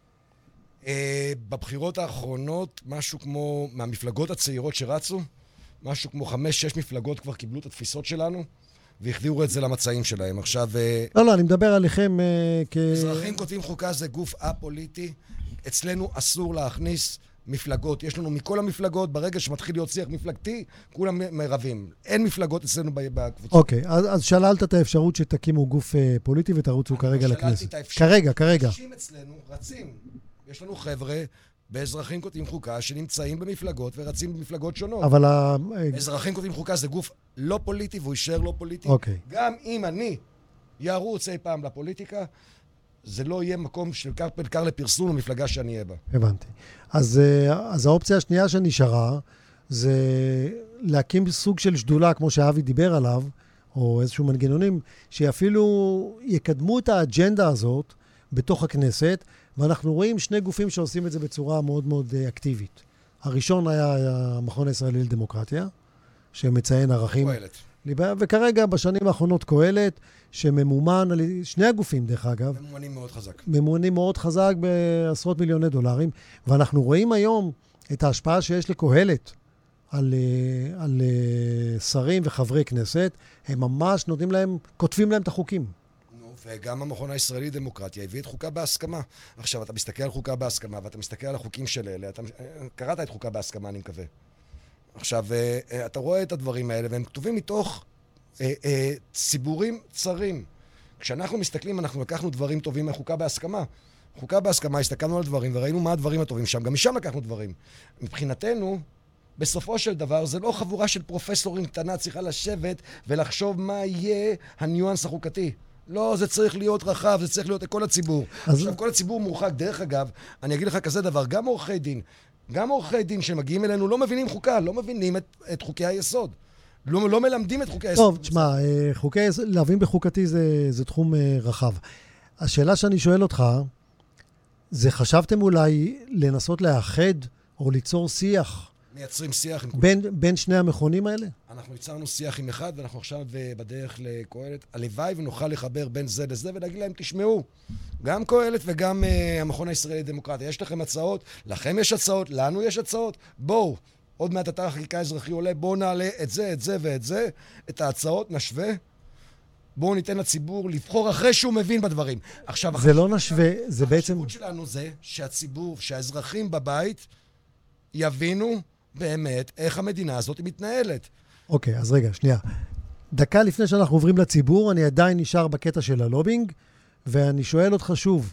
בבחירות האחרונות, משהו כמו, מהמפלגות הצעירות שרצו, משהו כמו חמש, שש מפלגות כבר קיבלו את התפיסות שלנו, והחדירו את זה למצעים שלהם. עכשיו... לא, לא, אני מדבר עליכם כ... אזרחים כותבים חוקה, זה גוף א-פוליטי. אצלנו אסור להכניס מפלגות. יש לנו מכל המפלגות, ברגע שמתחיל להיות שיח מפלגתי, כולם מרבים. אין מפלגות אצלנו בקבוצה. אוקיי, אז, אז שללת את האפשרות שתקימו גוף פוליטי ותרוצו כרגע לכנסת. כרגע, כרגע. אנשים אצלנו רצים. יש לנו חבר'ה... באזרחים כותבים חוקה שנמצאים במפלגות ורצים במפלגות שונות. אבל ה... אזרחים כותבים חוקה זה גוף לא פוליטי והוא יישאר לא פוליטי. אוקיי. גם אם אני ירוץ אי פעם לפוליטיקה, זה לא יהיה מקום של קר לפרסום למפלגה שאני אהיה בה. הבנתי. אז, אז האופציה השנייה שנשארה זה להקים סוג של שדולה, כמו שאבי דיבר עליו, או איזשהו מנגנונים, שאפילו יקדמו את האג'נדה הזאת בתוך הכנסת, ואנחנו רואים שני גופים שעושים את זה בצורה מאוד מאוד אקטיבית. הראשון היה המכון הישראלי לדמוקרטיה, שמציין ערכים... קהלת. וכרגע בשנים האחרונות קהלת, שממומן על שני הגופים דרך אגב. ממומנים מאוד חזק. ממומנים מאוד חזק בעשרות מיליוני דולרים, ואנחנו רואים היום את ההשפעה שיש לקהלת על, על שרים וחברי כנסת, הם ממש נותנים להם, כותבים להם את החוקים. וגם המכון הישראלי דמוקרטיה הביא את חוקה בהסכמה. עכשיו, אתה מסתכל על חוקה בהסכמה, ואתה מסתכל על החוקים של אלה, אתה קראת את חוקה בהסכמה, אני מקווה. עכשיו, אתה רואה את הדברים האלה, והם כתובים מתוך אה, אה, ציבורים צרים. כשאנחנו מסתכלים, אנחנו לקחנו דברים טובים מהחוקה בהסכמה. חוקה בהסכמה, הסתכלנו על דברים, וראינו מה הדברים הטובים שם. גם משם לקחנו דברים. מבחינתנו, בסופו של דבר, זה לא חבורה של פרופסורים קטנה צריכה לשבת ולחשוב מה יהיה הניואנס החוקתי. לא, זה צריך להיות רחב, זה צריך להיות לכל הציבור. אז... עכשיו, כל הציבור מורחק. דרך אגב, אני אגיד לך כזה דבר, גם עורכי דין, גם עורכי דין שמגיעים אלינו לא מבינים חוקה, לא מבינים את, את חוקי היסוד. לא, לא מלמדים את חוקי היסוד. טוב, תשמע, חוקי היסוד, להבין בחוקתי זה, זה תחום רחב. השאלה שאני שואל אותך, זה חשבתם אולי לנסות לאחד או ליצור שיח? מייצרים שיח עם... בין, בין שני המכונים האלה? אנחנו ייצרנו שיח עם אחד, ואנחנו עכשיו בדרך לקהלת. הלוואי ונוכל לחבר בין זה לזה ולהגיד להם, תשמעו, גם קהלת וגם uh, המכון הישראלי לדמוקרטיה. יש לכם הצעות, לכם יש הצעות, לנו יש הצעות. בואו, עוד מעט אתר החקיקה האזרחי עולה, בואו נעלה את זה, את זה ואת זה, את ההצעות, נשווה. בואו ניתן לציבור לבחור אחרי שהוא מבין בדברים. עכשיו, זה לא נשווה, זה בעצם... החשיבות שלנו זה שהציבור, שהאזרחים בבית יבינו באמת איך המדינה הזאת מתנהלת. אוקיי, אז רגע, שנייה. דקה לפני שאנחנו עוברים לציבור, אני עדיין נשאר בקטע של הלובינג, ואני שואל אותך שוב,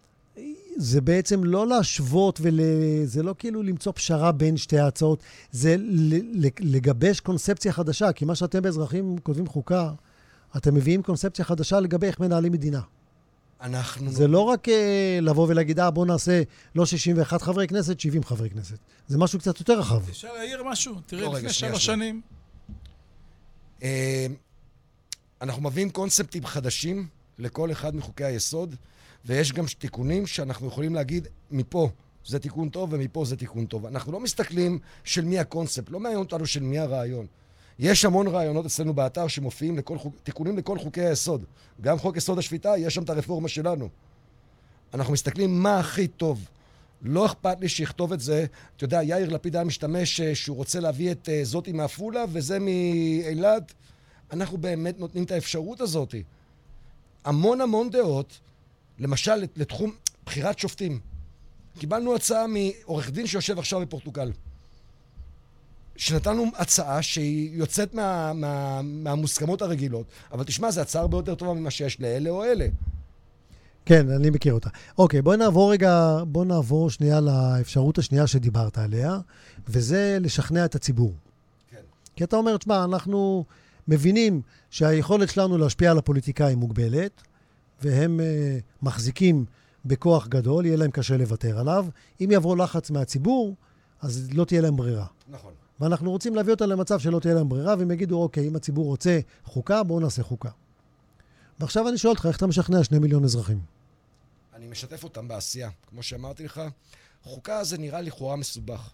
זה בעצם לא להשוות, וזה לא כאילו למצוא פשרה בין שתי ההצעות, זה לגבש קונספציה חדשה, כי מה שאתם באזרחים כותבים חוקה, אתם מביאים קונספציה חדשה לגבי איך מנהלים מדינה. אנחנו... זה לא רק לבוא ולהגיד, אה, בוא נעשה לא שישים ואחד חברי כנסת, שבעים חברי כנסת. זה משהו קצת יותר רחב. אפשר להעיר משהו? תראה, לפני שלוש שנים. אנחנו מביאים קונספטים חדשים לכל אחד מחוקי היסוד, ויש גם תיקונים שאנחנו יכולים להגיד, מפה זה תיקון טוב ומפה זה תיקון טוב. אנחנו לא מסתכלים של מי הקונספט, לא מעניין אותנו של מי הרעיון. יש המון רעיונות אצלנו באתר שמופיעים לכל חוק, תיקונים לכל חוקי היסוד. גם חוק יסוד השפיטה, יש שם את הרפורמה שלנו. אנחנו מסתכלים מה הכי טוב. לא אכפת לי שיכתוב את זה. אתה יודע, יאיר לפיד היה משתמש שהוא רוצה להביא את זאתי מאפולה, וזה מאילת. אנחנו באמת נותנים את האפשרות הזאת. המון המון דעות, למשל לתחום בחירת שופטים. קיבלנו הצעה מעורך דין שיושב עכשיו בפורטוגל. שנתנו הצעה שהיא יוצאת מה, מה, מהמוסכמות הרגילות, אבל תשמע, זו הצעה הרבה יותר טובה ממה שיש לאלה או אלה. כן, אני מכיר אותה. אוקיי, בואי נעבור רגע, בואי נעבור שנייה לאפשרות השנייה שדיברת עליה, וזה לשכנע את הציבור. כן. כי אתה אומר, תשמע, אנחנו מבינים שהיכולת שלנו להשפיע על הפוליטיקאים מוגבלת, והם uh, מחזיקים בכוח גדול, יהיה להם קשה לוותר עליו. אם יעבור לחץ מהציבור, אז לא תהיה להם ברירה. נכון. ואנחנו רוצים להביא אותה למצב שלא תהיה להם ברירה, והם יגידו, אוקיי, אם הציבור רוצה חוקה, בואו נעשה חוקה. ועכשיו אני שואל אותך, איך אתה משכנע שני מיליון אזרחים? אני משתף אותם בעשייה. כמו שאמרתי לך, חוקה זה נראה לכאורה מסובך.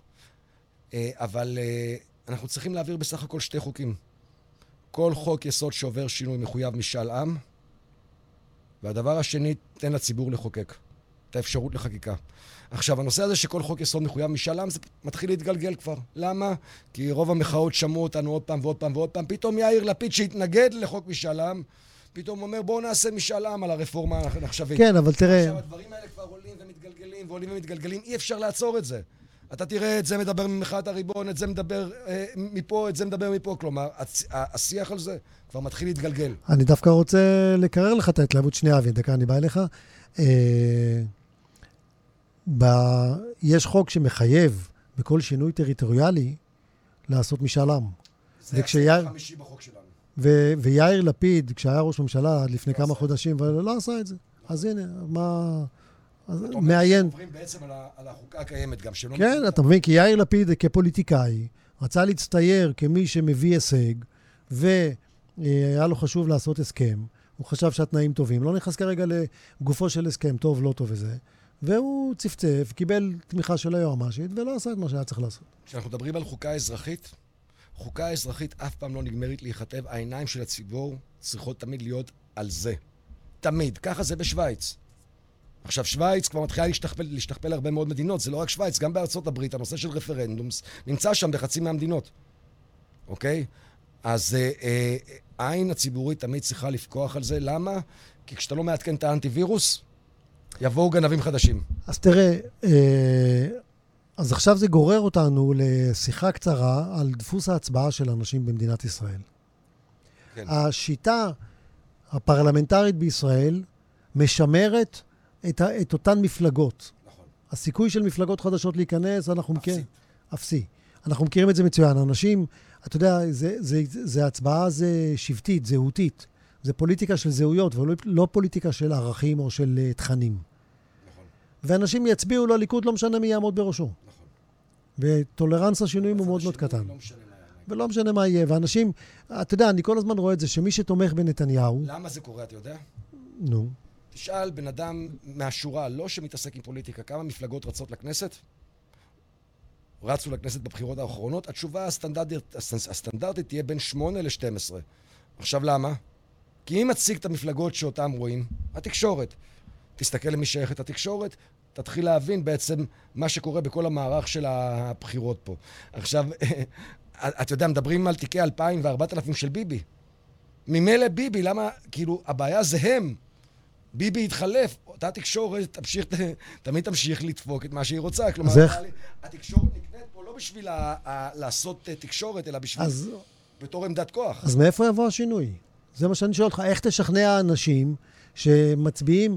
אבל אנחנו צריכים להעביר בסך הכל שתי חוקים. כל חוק יסוד שעובר שינוי מחויב משאל עם, והדבר השני, תן לציבור לחוקק. את האפשרות לחקיקה. עכשיו, הנושא הזה שכל חוק יסוד מחויב משאל עם, זה מתחיל להתגלגל כבר. למה? כי רוב המחאות שמעו אותנו עוד פעם ועוד פעם ועוד פעם. פתאום יאיר לפיד שהתנגד לחוק משאל עם, פתאום אומר, בואו נעשה משאל עם על הרפורמה העכשווית. כן, אבל תראה... עכשיו, הדברים האלה כבר עולים ומתגלגלים, ועולים ומתגלגלים. אי אפשר לעצור את זה. אתה תראה, את זה מדבר ממחאת הריבון, את זה מדבר אה, מפה, את זה מדבר מפה. כלומר, הצ... השיח על זה כבר מתחיל להתגלגל. אני דווקא רוצה לקרר לך את ההתלהבות שנייה, אבי, דקה, אני בא אליך. אה... ב... יש חוק שמחייב בכל שינוי טריטוריאלי לעשות משאל עם. זה וכשיאיר... הצד החמישי בחוק שלנו. ו... ויאיר לפיד, כשהיה ראש ממשלה עד לפני כמה חודשים, ולא עשה את זה. אז הנה, מה... מעיין. עוברים בעצם על החוקה הקיימת גם. כן, אתה מבין, כי יאיר לפיד כפוליטיקאי רצה להצטייר כמי שמביא הישג, והיה לו חשוב לעשות הסכם. הוא חשב שהתנאים טובים. לא נכנס כרגע לגופו של הסכם, טוב, לא טוב וזה. והוא צפצף, קיבל תמיכה של היועמ"שית, ולא עשה את מה שהיה צריך לעשות. כשאנחנו מדברים על חוקה אזרחית, חוקה אזרחית אף פעם לא נגמרת להיכתב. העיניים של הציבור צריכות תמיד להיות על זה. תמיד. ככה זה בשוויץ. עכשיו, שוויץ כבר מתחילה להשתכפל, להשתכפל הרבה מאוד מדינות. זה לא רק שוויץ, גם בארצות הברית, הנושא של רפרנדומס נמצא שם בחצי מהמדינות. אוקיי? אז אה, אה, העין הציבורית תמיד צריכה לפקוח על זה. למה? כי כשאתה לא מעדכן את האנטיווירוס, יבואו גנבים חדשים. אז תראה, אה, אז עכשיו זה גורר אותנו לשיחה קצרה על דפוס ההצבעה של אנשים במדינת ישראל. כן. השיטה הפרלמנטרית בישראל משמרת את, את אותן מפלגות. נכון. הסיכוי של מפלגות חדשות להיכנס, אנחנו מכירים... אפסי. אנחנו מכירים את זה מצוין. אנשים, אתה יודע, זה, זה, זה, זה הצבעה זה שבטית, זהותית. זה פוליטיקה של זהויות, ולא לא פוליטיקה של ערכים או של uh, תכנים. נכון. ואנשים יצביעו לליכוד, לא משנה מי יעמוד בראשו. נכון. וטולרנס השינויים הוא מאוד מאוד קטן. לא משנה מה יהיה. ולא משנה מה יהיה. ואנשים, אתה יודע, אני כל הזמן רואה את זה, שמי שתומך בנתניהו... למה זה קורה, אתה יודע? נו. תשאל בן אדם מהשורה, לא שמתעסק עם פוליטיקה, כמה מפלגות רצות לכנסת? רצו לכנסת בבחירות האחרונות? התשובה הסטנדרטית, הסטנדרטית תהיה בין שמונה ל-שתים עשרה. עכשיו למה? כי אם מציג את המפלגות שאותם רואים, התקשורת. תסתכל למי שייכת התקשורת, תתחיל להבין בעצם מה שקורה בכל המערך של הבחירות פה. עכשיו, אתה יודע, מדברים על תיקי אלפיים וארבעת אלפים של ביבי. ממילא ביבי, למה? כאילו, הבעיה זה הם. ביבי התחלף, אותה תקשורת תמשיך, תמיד תמשיך לדפוק את מה שהיא רוצה. כלומר, התקשורת נקנית פה לא בשביל לעשות תקשורת, אלא בשביל בתור עמדת כוח. אז מאיפה יבוא השינוי? זה מה שאני שואל אותך, איך תשכנע אנשים שמצביעים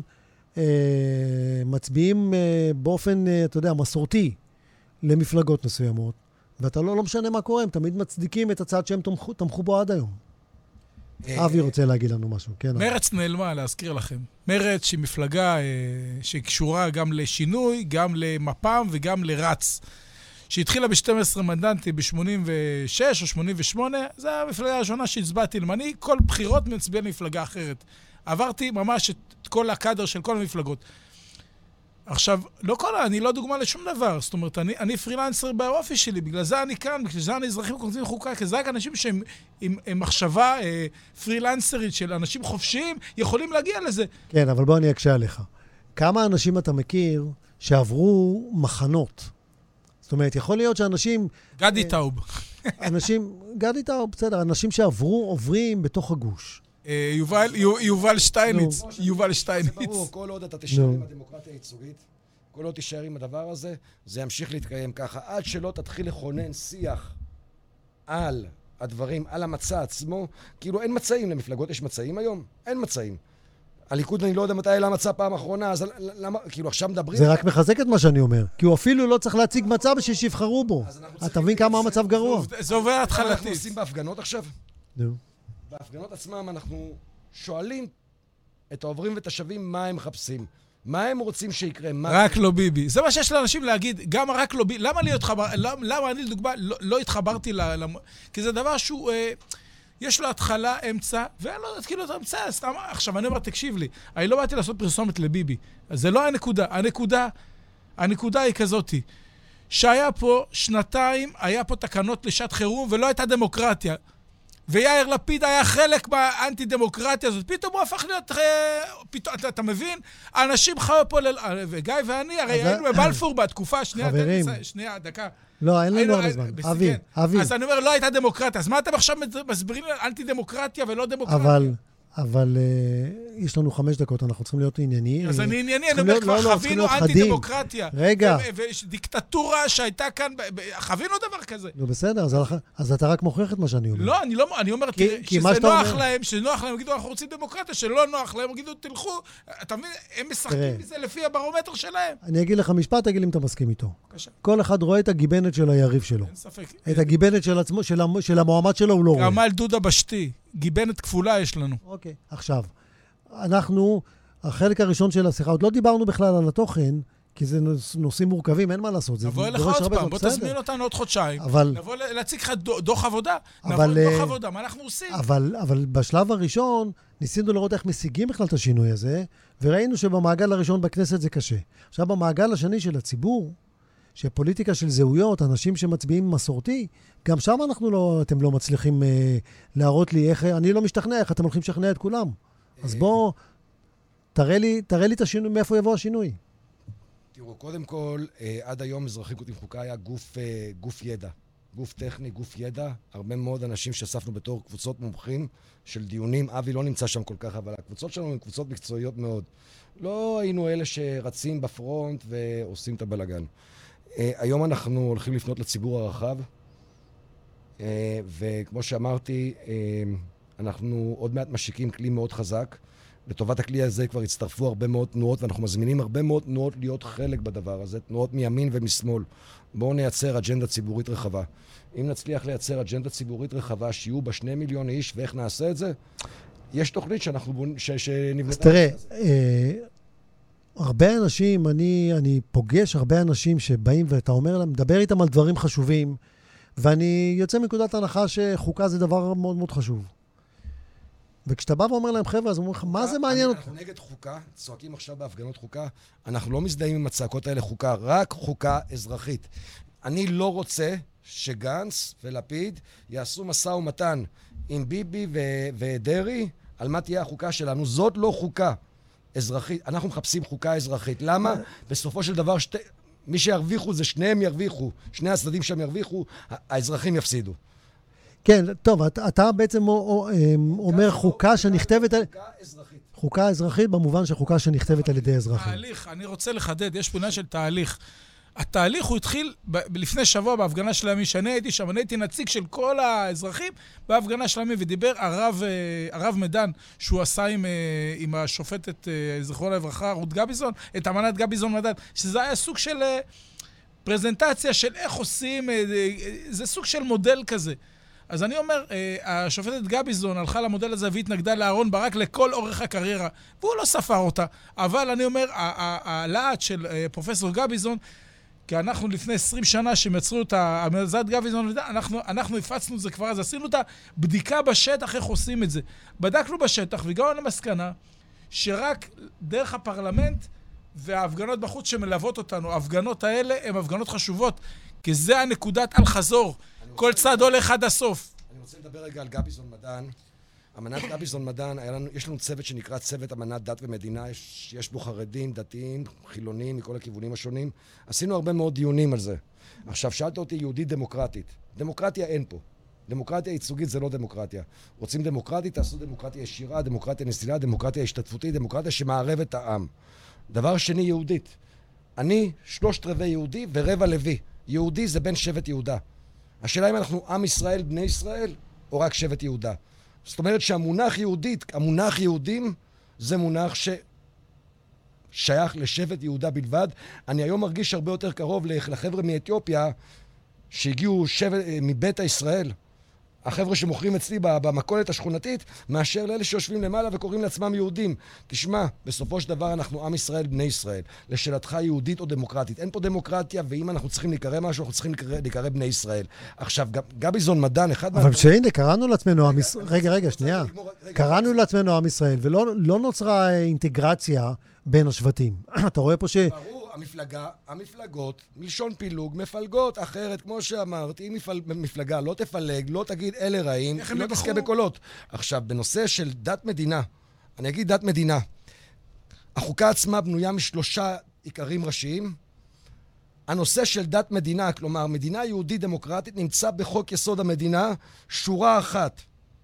מצביעים באופן, אתה יודע, מסורתי למפלגות מסוימות, ואתה לא, לא משנה מה קורה, הם תמיד מצדיקים את הצד שהם תמכו, תמכו בו עד היום. אבי רוצה להגיד לנו משהו, כן. מרץ נעלמה, להזכיר לכם. מרץ שהיא מפלגה שקשורה גם לשינוי, גם למפ"ם וגם לרץ. שהתחילה ב-שנים עשר מנדטים ב-שמונים ושש או שמונים ושמונה, זו המפלגה הראשונה שהצבעתי למני, כל בחירות מצביע למפלגה אחרת. עברתי ממש את כל הקאדר של כל המפלגות. עכשיו, לא כל, אני לא דוגמה לשום דבר. זאת אומרת, אני, אני פרילנסר באופי שלי, בגלל זה אני כאן, בגלל זה אני אזרחים וכותבים חוקה, כי זה רק אנשים שהם עם, עם מחשבה אה, פרילנסרית של אנשים חופשיים, יכולים להגיע לזה. כן, אבל בוא אני אקשה עליך. כמה אנשים אתה מכיר שעברו מחנות? זאת אומרת, יכול להיות שאנשים... גדי טאוב. אנשים, גדי טאוב, בסדר, אנשים שעברו, עוברים בתוך הגוש. יובל, יובל שטייניץ, יובל שטייניץ. זה ברור, כל עוד אתה תישאר עם הדמוקרטיה הייצוגית, כל עוד תישאר עם הדבר הזה, זה ימשיך להתקיים ככה, עד שלא תתחיל לכונן שיח על הדברים, על המצע עצמו, כאילו אין מצעים למפלגות, יש מצעים היום? אין מצעים. הליכוד, אני לא יודע מתי היה המצע פעם האחרונה, אז למה, כאילו עכשיו מדברים... זה רק מחזק את מה שאני אומר, כי הוא אפילו לא צריך להציג מצע בשביל שיבחרו בו. אתה מבין כמה המצב גרוע? זה עובר התחלתית. אנחנו עושים בהפגנות עכשיו? נו. בהפגנות עצמם אנחנו שואלים את העוברים ותושבים מה הם מחפשים. מה הם רוצים שיקרה? רק לא ביבי. זה מה שיש לאנשים להגיד, גם רק לא ביבי. למה להיות חבר... למה אני לדוגמה לא התחברתי ל... כי זה דבר שהוא... יש לו התחלה, אמצע, ואני לא יודעת, כאילו, אתה אמצע, סתם, עכשיו, אני אומר, תקשיב לי, אני לא באתי לעשות פרסומת לביבי, אז זה לא הנקודה, הנקודה, הנקודה היא כזאתי, שהיה פה שנתיים, היה פה תקנות לשעת חירום, ולא הייתה דמוקרטיה, ויאיר לפיד היה חלק מהאנטי-דמוקרטיה הזאת, פתאום הוא הפך להיות, פתאום, אתה, אתה מבין? אנשים חיו פה, ל... וגיא ואני, הרי היינו בבלפור בתקופה, שנייה, חברים. שנייה, דקה, לא, אין לנו הרבה זמן. אבי, אבי. אז אני אומר, לא הייתה דמוקרטיה. אז מה אתם עכשיו מסבירים אנטי-דמוקרטיה ולא דמוקרטיה? אבל, אבל יש לנו חמש דקות, אנחנו צריכים להיות ענייני. אז אני ענייני, אני אומר, כבר חווינו אנטי-דמוקרטיה. רגע. ודיקטטורה שהייתה כאן, חווינו דבר כזה. לא, בסדר, אז אתה רק מוכיח את מה שאני אומר. לא, אני לא, אני אומר, שזה נוח להם, שנוח להם, יגידו, אנחנו רוצים דמוקרטיה, שלא נוח להם, יגידו, תלכו, אתה מבין, הם משחקים מזה לפי הברומטר שלהם. אני אגיד לך משפט, תגיד לי אם אתה מסכים איתו. כל אחד רואה את הגיבנת של היריב שלו. אין ספק. את הגיבנת של עצמו, של המועמד שלו הוא לא רואה. גמל דודה בשתי, גיבנת כפולה יש לנו. אוקיי, עכשיו, אנחנו, החלק הראשון של השיחה, עוד לא דיברנו בכלל על התוכן, כי זה נושאים מורכבים, אין מה לעשות. נבוא אליך עוד פעם, בוא תזמין אותנו עוד חודשיים. נבוא להציג לך דוח עבודה. נבוא לדוח עבודה, מה אנחנו עושים? אבל בשלב הראשון, ניסינו לראות איך משיגים בכלל את השינוי הזה, וראינו שבמעגל הראשון בכנסת זה קשה. עכשיו, במעגל השני של הציבור, שפוליטיקה של זהויות, אנשים שמצביעים מסורתי, גם שם אנחנו לא, אתם לא מצליחים אה, להראות לי איך, אני לא משתכנע, איך אתם הולכים לשכנע את כולם. אז בוא, תראה לי, תראה לי את השינוי, מאיפה יבוא השינוי. תראו, קודם כל, אה, עד היום אזרחים כותבים חוקה היה גוף, אה, גוף ידע. גוף טכני, גוף ידע. הרבה מאוד אנשים שאספנו בתור קבוצות מומחים של דיונים. אבי לא נמצא שם כל כך, אבל הקבוצות שלנו הן קבוצות מקצועיות מאוד. לא היינו אלה שרצים בפרונט ועושים את הבלגן. Uh, היום אנחנו הולכים לפנות לציבור הרחב, uh, וכמו שאמרתי, uh, אנחנו עוד מעט משיקים כלי מאוד חזק. לטובת הכלי הזה כבר הצטרפו הרבה מאוד תנועות, ואנחנו מזמינים הרבה מאוד תנועות להיות חלק בדבר הזה, תנועות מימין ומשמאל. בואו נייצר אג'נדה ציבורית רחבה. אם נצליח לייצר אג'נדה ציבורית רחבה, שיהיו בה שני מיליון איש, ואיך נעשה את זה? יש תוכנית שאנחנו ש... שנבנתה. אז תראה, הרבה אנשים, אני, אני פוגש הרבה אנשים שבאים ואתה אומר להם, מדבר איתם על דברים חשובים, ואני יוצא מנקודת הנחה שחוקה זה דבר מאוד מאוד חשוב. וכשאתה בא ואומר להם, חבר'ה, אז אומרים לך, מה זה מעניין אותך? אנחנו נגד חוקה, צועקים עכשיו בהפגנות חוקה, אנחנו לא מזדהים עם הצעקות האלה חוקה, רק חוקה אזרחית. אני לא רוצה שגנץ ולפיד יעשו מסע ומתן עם ביבי ודרי, על מה תהיה החוקה שלנו. זאת לא חוקה אזרחית. אנחנו מחפשים חוקה אזרחית. למה? בסופו של דבר, שתי... מי שירוויחו זה שניהם ירוויחו. שני הצדדים שם ירוויחו, האזרחים יפסידו. כן, טוב, אתה, אתה בעצם אומר חוקה שנכתבת... חוקה אזרחית. חוקה אזרחית במובן שחוקה שנכתבת על ידי אזרחים. תהליך, אני רוצה לחדד, יש פה עניין של תהליך. התהליך הוא התחיל ב- לפני שבוע בהפגנה של הימין, שאני הייתי שם, אני הייתי נציג של כל האזרחים בהפגנה של הימין, ודיבר הרב, הרב מדן, שהוא עשה עם, עם השופטת, זכרונה לברכה, רות גביזון, את אמנת גביזון מדן, שזה היה סוג של פרזנטציה של איך עושים, זה סוג של מודל כזה. אז אני אומר, השופטת גביזון הלכה למודל הזה והתנגדה לאהרון ברק לכל אורך הקריירה, והוא לא ספר אותה. אבל אני אומר, הלהט של פרופסור גביזון, כי אנחנו לפני עשרים שנה שהם יצרו את המזת גביזון, אנחנו, אנחנו הפצנו את זה כבר, אז עשינו את הבדיקה בשטח, איך עושים את זה. בדקנו בשטח והגענו למסקנה שרק דרך הפרלמנט וההפגנות בחוץ שמלוות אותנו, ההפגנות האלה הן הפגנות חשובות, כי זה הנקודת על חזור. כל צד הולך עד הסוף. אני רוצה לדבר רגע על גביזון מדן. אמנת גביזון מדן, לנו, יש לנו צוות שנקרא צוות אמנת דת ומדינה, יש, יש בו חרדים, דתיים, חילונים, מכל הכיוונים השונים. עשינו הרבה מאוד דיונים על זה. עכשיו, שאלת אותי יהודית דמוקרטית. דמוקרטיה אין פה. דמוקרטיה ייצוגית זה לא דמוקרטיה. רוצים דמוקרטית, תעשו דמוקרטיה ישירה, דמוקרטיה נסילה, דמוקרטיה השתתפותית, דמוקרטיה שמערבת העם. דבר שני, יהודית. אני שלושת רבעי יהודי ורבע לוי. יהודי זה בן שבט יהודה. השאלה אם אנחנו עם ישראל, בני ישראל, או רק שבט יהודה. זאת אומרת שהמונח יהודית, המונח יהודים, זה מונח ששייך לשבט יהודה בלבד. אני היום מרגיש הרבה יותר קרוב לחבר'ה מאתיופיה, שהגיעו שבט, מבית הישראל, החבר'ה שמוכרים אצלי במכולת השכונתית, מאשר לאלה שיושבים למעלה וקוראים לעצמם יהודים. תשמע, בסופו של דבר אנחנו עם ישראל, בני ישראל. לשאלתך יהודית או דמוקרטית. אין פה דמוקרטיה, ואם אנחנו צריכים להיקרא משהו, אנחנו צריכים להיקרא, להיקרא בני ישראל. עכשיו, גביזון מדן, אחד... אבל שהנה, קראנו לעצמנו עם ישראל... רגע, רגע, שנייה. קראנו לעצמנו עם ישראל, ולא לא נוצרה אינטגרציה בין השבטים. אתה רואה פה ש... ברור, המפלגה, המפלגות, מלשון פילוג, מפלגות אחרת, כמו שאמרתי, אם מפל, מפלגה לא תפלג, לא תגיד אלה רעים, לא תזכה בקולות. עכשיו, בנושא של דת מדינה, אני אגיד דת מדינה, החוקה עצמה בנויה משלושה עיקרים ראשיים. הנושא של דת מדינה, כלומר, מדינה יהודית דמוקרטית, נמצא בחוק יסוד המדינה, שורה אחת.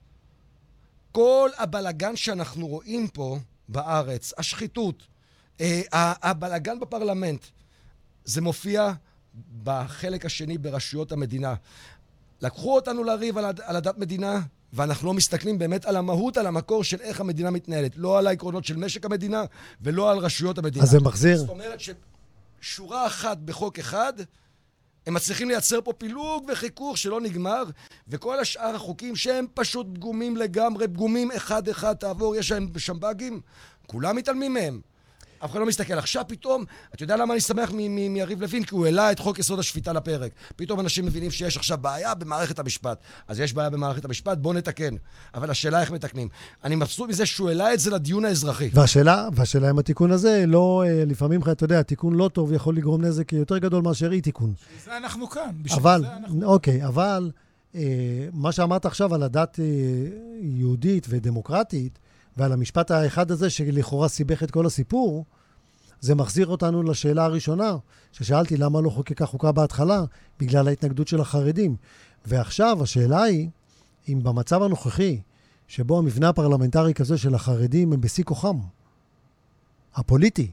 כל הבלגן שאנחנו רואים פה בארץ, השחיתות, הבלגן בפרלמנט, זה מופיע בחלק השני ברשויות המדינה. לקחו אותנו לריב על הדת מדינה, ואנחנו לא מסתכלים באמת על המהות, על המקור של איך המדינה מתנהלת. לא על העקרונות של משק המדינה, ולא על רשויות המדינה. אז זה מחזיר. זאת אומרת ששורה אחת בחוק אחד, הם מצליחים לייצר פה פילוג וחיכוך שלא נגמר, וכל השאר החוקים שהם פשוט פגומים לגמרי, פגומים אחד אחד תעבור, יש להם שם באגים, כולם מתעלמים מהם. אף אחד לא מסתכל. עכשיו פתאום, אתה יודע למה אני שמח מיריב לוין? כי הוא העלה את חוק יסוד השפיטה לפרק. פתאום אנשים מבינים שיש עכשיו בעיה במערכת המשפט. אז יש בעיה במערכת המשפט, בוא נתקן. אבל השאלה איך מתקנים. אני מבסוט מזה שהוא העלה את זה לדיון האזרחי. והשאלה, והשאלה אם התיקון הזה, לא, לפעמים, אתה יודע, התיקון לא טוב יכול לגרום נזק יותר גדול מאשר אי תיקון. זה אנחנו כאן. אבל, אוקיי, אבל מה שאמרת עכשיו על הדת יהודית ודמוקרטית, ועל המשפט האחד הזה שלכאורה סיבך את כל הסיפור, זה מחזיר אותנו לשאלה הראשונה, ששאלתי למה לא חוקקה חוקה בהתחלה, בגלל ההתנגדות של החרדים. ועכשיו השאלה היא, אם במצב הנוכחי, שבו המבנה הפרלמנטרי כזה של החרדים הם בשיא כוחם, הפוליטי,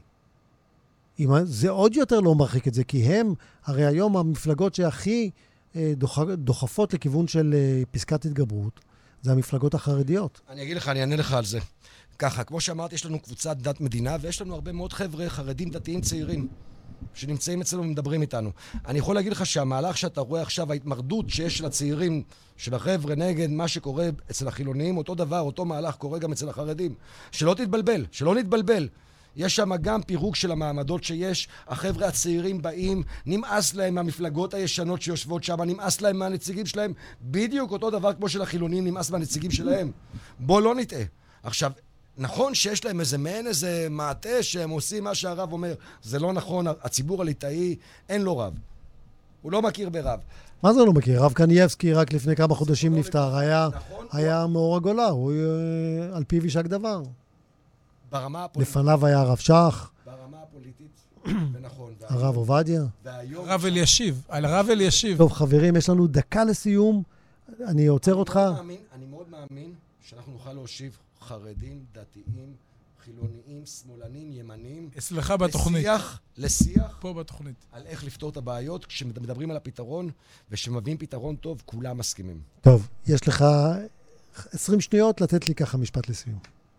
זה עוד יותר לא מרחיק את זה, כי הם הרי היום המפלגות שהכי דוחפות לכיוון של פסקת התגברות, זה המפלגות החרדיות. אני אגיד לך, אני אענה לך על זה. ככה, כמו שאמרתי, יש לנו קבוצת דת מדינה, ויש לנו הרבה מאוד חבר'ה חרדים דתיים צעירים, שנמצאים אצלנו ומדברים איתנו. אני יכול להגיד לך שהמהלך שאתה רואה עכשיו, ההתמרדות שיש לצעירים, של החבר'ה נגד מה שקורה אצל החילוניים, אותו דבר, אותו מהלך קורה גם אצל החרדים. שלא תתבלבל, שלא נתבלבל. יש שם גם פירוק של המעמדות שיש, החבר'ה הצעירים באים, נמאס להם מהמפלגות הישנות שיושבות שם, נמאס להם מהנציגים שלהם, בדיוק אותו דבר כמו של החילונים נמאס מהנציגים שלהם. בוא לא נטעה. עכשיו, נכון שיש להם איזה מעין איזה מעטה שהם עושים מה שהרב אומר, זה לא נכון, הציבור הליטאי אין לו רב. הוא לא מכיר ברב. מה זה לא מכיר? רב קנייבסקי רק לפני כמה חודשים נפטר, היה, היה מאור הגולה, הוא על פיו יישק דבר. ברמה הפוליטית. לפניו היה הרב שח. ברמה הפוליטית, ונכון. הרב עובדיה. הרב אלישיב. על הרב אלישיב. טוב, חברים, יש לנו דקה לסיום. אני עוצר אותך. אני מאוד מאמין שאנחנו נוכל להושיב חרדים, דתיים, חילוניים, שמאלנים, ימנים. אצלך בתוכנית. לשיח, לשיח. פה בתוכנית. על איך לפתור את הבעיות. כשמדברים על הפתרון, ושמביאים פתרון טוב, כולם מסכימים. טוב, יש לך עשרים שניות לתת לי ככה משפט לסיום.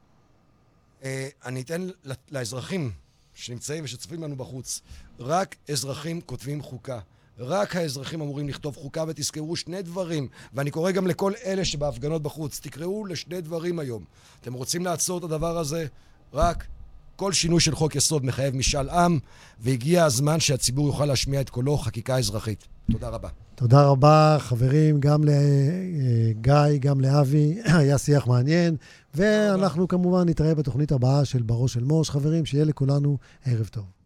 אני אתן לאזרחים שנמצאים ושצופים לנו בחוץ, רק אזרחים כותבים חוקה. רק האזרחים אמורים לכתוב חוקה, ותזכרו שני דברים, ואני קורא גם לכל אלה שבהפגנות בחוץ, תקראו לשני דברים היום. אתם רוצים לעצור את הדבר הזה? רק כל שינוי של חוק יסוד מחייב משאל עם, והגיע הזמן שהציבור יוכל להשמיע את קולו, חקיקה אזרחית. תודה רבה. תודה רבה, חברים, גם לגיא, גם לאבי, היה שיח מעניין, ואנחנו כמובן נתראה בתוכנית הבאה של בראש של מוש. חברים, שיהיה לכולנו ערב טוב.